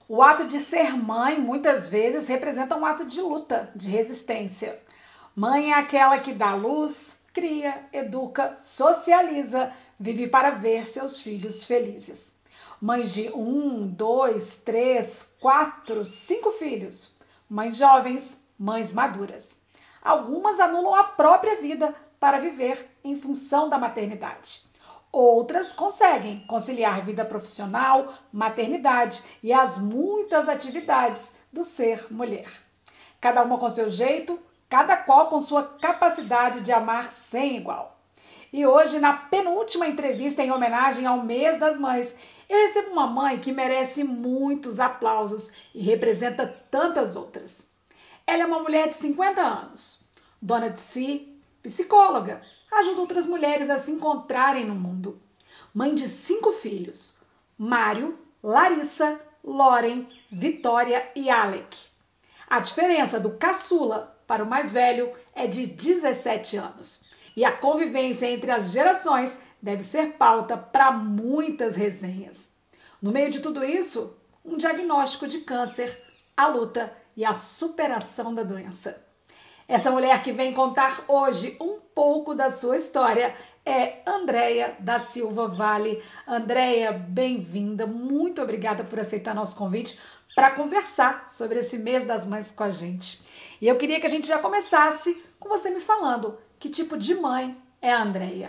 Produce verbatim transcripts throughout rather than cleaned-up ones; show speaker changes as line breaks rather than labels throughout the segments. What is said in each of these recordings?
O ato de ser mãe muitas vezes representa um ato de luta, de resistência. Mãe é aquela que dá luz, cria, educa, socializa, vive para ver seus filhos felizes. Mães de um, dois, três, quatro, cinco filhos. Mães jovens, mães maduras. Algumas anulam a própria vida para viver em função da maternidade. Outras conseguem conciliar vida profissional, maternidade e as muitas atividades do ser mulher. Cada uma com seu jeito, cada qual com sua capacidade de amar sem igual. E hoje, na penúltima entrevista em homenagem ao Mês das Mães, eu recebo uma mãe que merece muitos aplausos e representa tantas outras. Ela é uma mulher de cinquenta anos, dona de si, psicóloga, ajuda outras mulheres a se encontrarem no mundo. Mãe de cinco filhos, Mário, Larissa, Loren, Vitória e Alec. A diferença do caçula para o mais velho é de dezessete anos. E a convivência entre as gerações deve ser pauta para muitas resenhas. No meio de tudo isso, um diagnóstico de câncer, a luta e a superação da doença. Essa mulher que vem contar hoje um pouco da sua história é Andréia da Silva Vale. Andréia, bem-vinda. Muito obrigada por aceitar nosso convite para conversar sobre esse Mês das Mães com a gente. E eu queria que a gente já começasse com você me falando que tipo de mãe é a Andréia.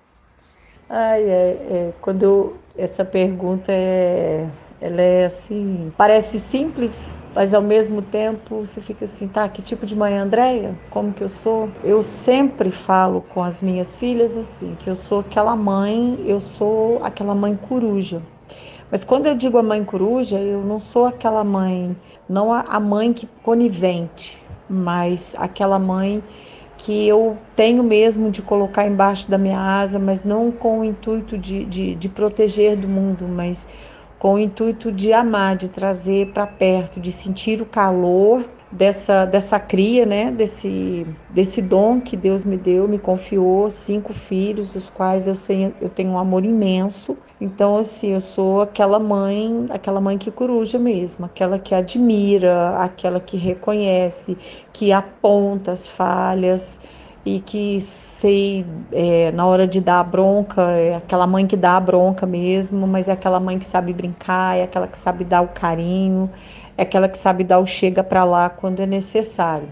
Ai, é, é, quando eu, essa pergunta é, ela é assim, parece simples, mas ao mesmo tempo você fica assim, tá, que tipo de mãe é a Andréia? Como que eu sou? Eu sempre falo com as minhas filhas assim, que eu sou aquela mãe, eu sou aquela mãe coruja. Mas quando eu digo a mãe coruja, eu não sou aquela mãe, não a mãe que conivente, mas aquela mãe que eu tenho mesmo de colocar embaixo da minha asa, mas não com o intuito de, de, de proteger do mundo, mas com o intuito de amar, de trazer para perto, de sentir o calor dessa, dessa cria, né? desse, desse dom que Deus me deu, me confiou, cinco filhos, dos quais eu, sei, eu tenho um amor imenso. Então, assim, eu sou aquela mãe, aquela mãe que coruja mesmo, aquela que admira, aquela que reconhece, que aponta as falhas e que sei, é, na hora de dar a bronca, é aquela mãe que dá a bronca mesmo, mas é aquela mãe que sabe brincar, é aquela que sabe dar o carinho, é aquela que sabe dar o chega pra lá quando é necessário.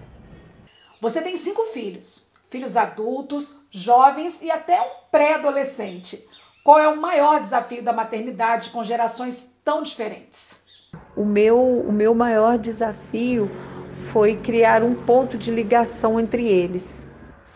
Você tem cinco filhos, filhos adultos, jovens e até um pré-adolescente. Qual é o maior desafio da maternidade com gerações tão diferentes?
O meu, o meu maior desafio foi criar um ponto de ligação entre eles.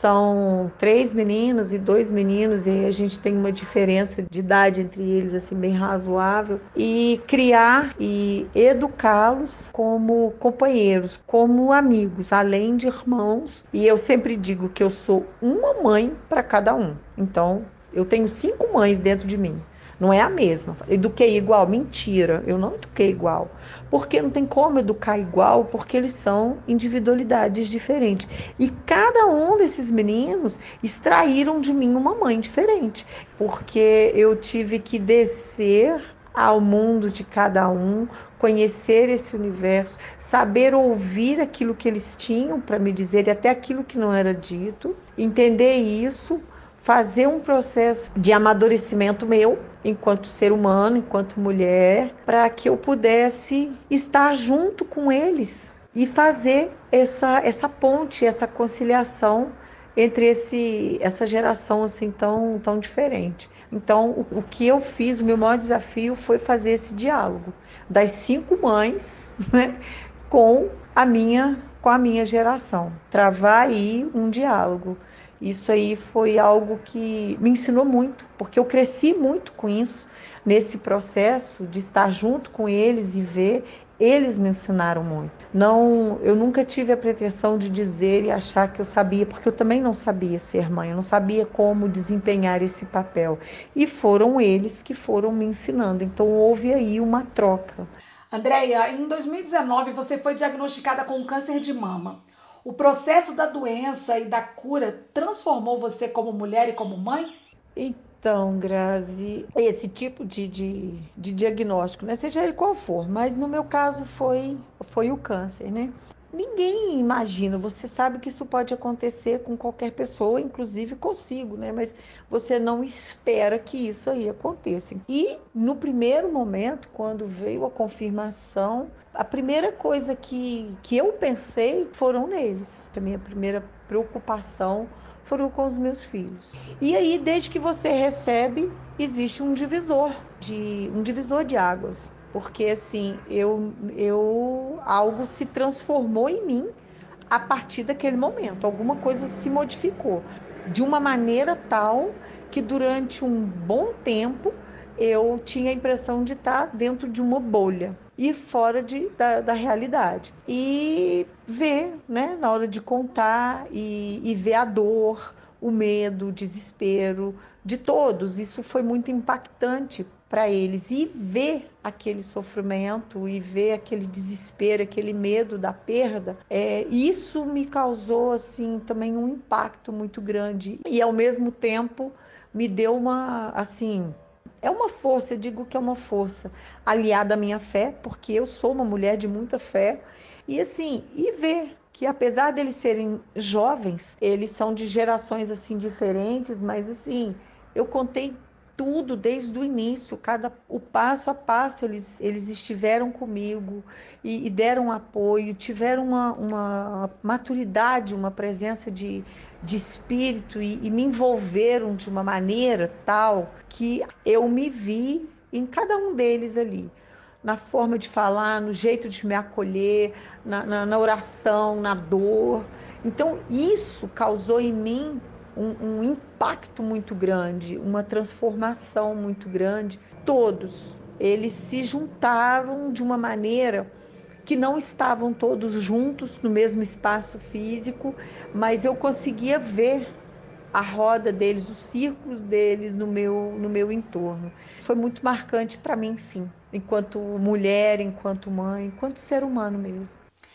São três meninos e dois meninos, e a gente tem uma diferença de idade entre eles assim bem razoável. E criar e educá-los como companheiros, como amigos, além de irmãos. E eu sempre digo que eu sou uma mãe para cada um. Então, eu tenho cinco mães dentro de mim. Não é a mesma. Eduquei igual? Mentira, eu não eduquei igual. Porque não tem como educar igual, porque eles são individualidades diferentes. E cada um desses meninos extraíram de mim uma mãe diferente. Porque eu tive que descer ao mundo de cada um, conhecer esse universo, saber ouvir aquilo que eles tinham para me dizer e até aquilo que não era dito, entender isso, fazer um processo de amadurecimento meu, enquanto ser humano, enquanto mulher, para que eu pudesse estar junto com eles e fazer essa, essa ponte, essa conciliação entre esse, essa geração assim tão, tão diferente. Então, o, o que eu fiz, o meu maior desafio foi fazer esse diálogo das cinco mães, né, com a minha, com a minha geração, travar aí um diálogo. Isso aí foi algo que me ensinou muito, porque eu cresci muito com isso, nesse processo de estar junto com eles e ver, eles me ensinaram muito. Não, eu nunca tive a pretensão de dizer e achar que eu sabia, porque eu também não sabia ser mãe, eu não sabia como desempenhar esse papel. E foram eles que foram me ensinando, então houve aí uma troca.
Andréia, em dois mil e dezenove você foi diagnosticada com câncer de mama. O processo da doença e da cura transformou você como mulher e como mãe?
Então, Grazi, esse tipo de, de, de diagnóstico, né, seja ele qual for, mas no meu caso foi, foi o câncer, né? Ninguém imagina, você sabe que isso pode acontecer com qualquer pessoa, inclusive consigo, né? Mas você não espera que isso aí aconteça. E no primeiro momento, quando veio a confirmação, a primeira coisa que, que eu pensei foram neles. A minha primeira preocupação foram com os meus filhos. E aí, desde que você recebe, existe um divisor de, um divisor de águas. Porque assim, eu, eu algo se transformou em mim a partir daquele momento. Alguma coisa se modificou de uma maneira tal que durante um bom tempo eu tinha a impressão de estar dentro de uma bolha e fora de, da, da realidade. E ver, né, na hora de contar e, e ver a dor, o medo, o desespero de todos. Isso foi muito impactante para eles, e ver aquele sofrimento e ver aquele desespero, aquele medo da perda, é, isso me causou assim também um impacto muito grande, e ao mesmo tempo me deu uma, assim, é uma força, eu digo que é uma força aliada à minha fé, porque eu sou uma mulher de muita fé, e assim, e ver que apesar deles serem jovens, eles são de gerações assim diferentes, mas assim, eu contei tudo desde o início, cada, o passo a passo eles, eles estiveram comigo e, e deram apoio, tiveram uma, uma maturidade, uma presença de, de espírito e, e me envolveram de uma maneira tal que eu me vi em cada um deles ali, na forma de falar, no jeito de me acolher, na, na, na oração, na dor. Então isso causou em mim Um, um impacto muito grande, uma transformação muito grande. Todos, eles se juntaram de uma maneira que não estavam todos juntos no mesmo espaço físico, mas eu conseguia ver a roda deles, os círculos deles no meu, no meu entorno. Foi muito marcante para mim, sim, enquanto mulher, enquanto mãe, enquanto ser humano mesmo.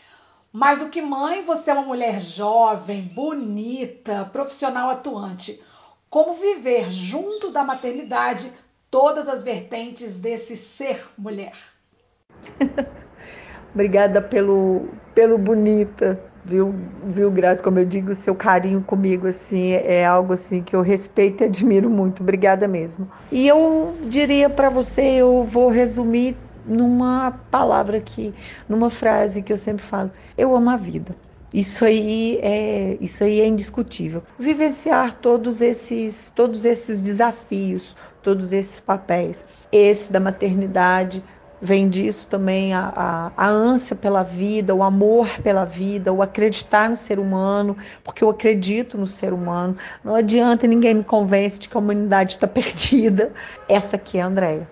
Mais do que mãe, você é uma mulher jovem, bonita, profissional atuante. Como viver junto da maternidade todas as vertentes desse ser mulher?
Obrigada pelo, pelo bonita, viu, viu, Graça? Como eu digo, o seu carinho comigo assim é algo assim que eu respeito e admiro muito. Obrigada mesmo. E eu diria para você, eu vou resumir numa palavra que, numa frase que eu sempre falo: eu amo a vida. Isso aí é, isso aí é indiscutível. Vivenciar todos esses, todos esses desafios, todos esses papéis. Esse da maternidade, vem disso também a, a, a ânsia pela vida, o amor pela vida, o acreditar no ser humano, porque eu acredito no ser humano. Não adianta, ninguém me convence de que a humanidade está perdida. Essa aqui é a Andréia.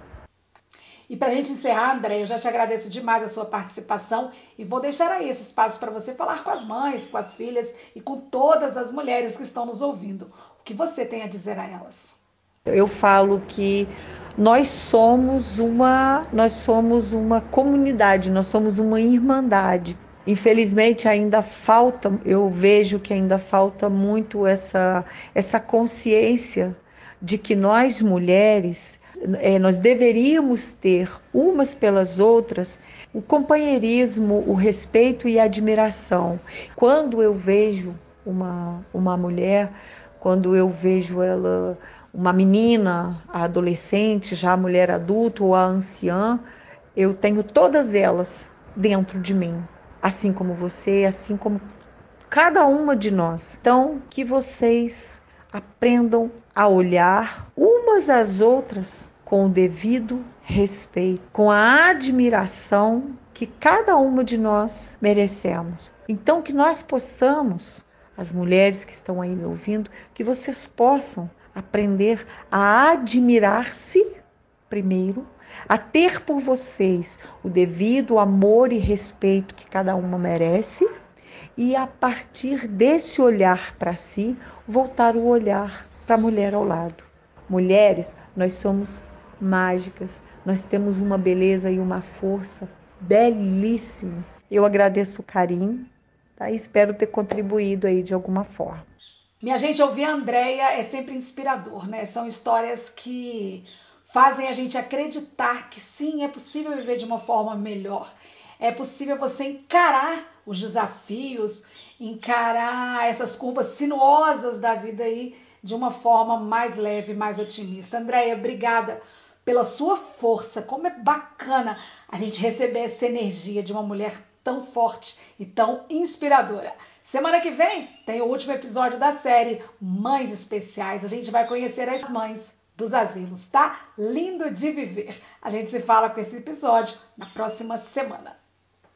E para a gente encerrar, André, eu já te agradeço demais a sua participação e vou deixar aí esse espaço para você falar com as mães, com as filhas e com todas as mulheres que estão nos ouvindo. O que você tem a dizer a elas?
Eu falo que nós somos uma, nós somos uma comunidade, nós somos uma irmandade. Infelizmente ainda falta, eu vejo que ainda falta muito essa, essa consciência de que nós mulheres, é, nós deveríamos ter umas pelas outras o companheirismo, o respeito e a admiração. Quando eu vejo uma, uma mulher, quando eu vejo ela, uma menina, a adolescente, já a mulher adulta ou a anciã, eu tenho todas elas dentro de mim, assim como você, assim como cada uma de nós. Então, que vocês aprendam a olhar umas às outras com o devido respeito, com a admiração que cada uma de nós merecemos. Então, que nós possamos, as mulheres que estão aí me ouvindo, que vocês possam aprender a admirar-se primeiro, a ter por vocês o devido amor e respeito que cada uma merece, e a partir desse olhar para si, voltar o olhar para a mulher ao lado. Mulheres, nós somos mágicas, nós temos uma beleza e uma força belíssimas. Eu agradeço o carinho, tá? E espero ter contribuído aí de alguma forma.
Minha gente, ouvir a Andréia é sempre inspirador, né? São histórias que fazem a gente acreditar que sim, é possível viver de uma forma melhor. É possível você encarar os desafios, encarar essas curvas sinuosas da vida aí de uma forma mais leve, mais otimista. Andréia, obrigada pela sua força. Como é bacana a gente receber essa energia de uma mulher tão forte e tão inspiradora. Semana que vem tem o último episódio da série Mães Especiais. A gente vai conhecer as mães dos asilos, tá? Lindo de viver. A gente se fala com esse episódio na próxima semana.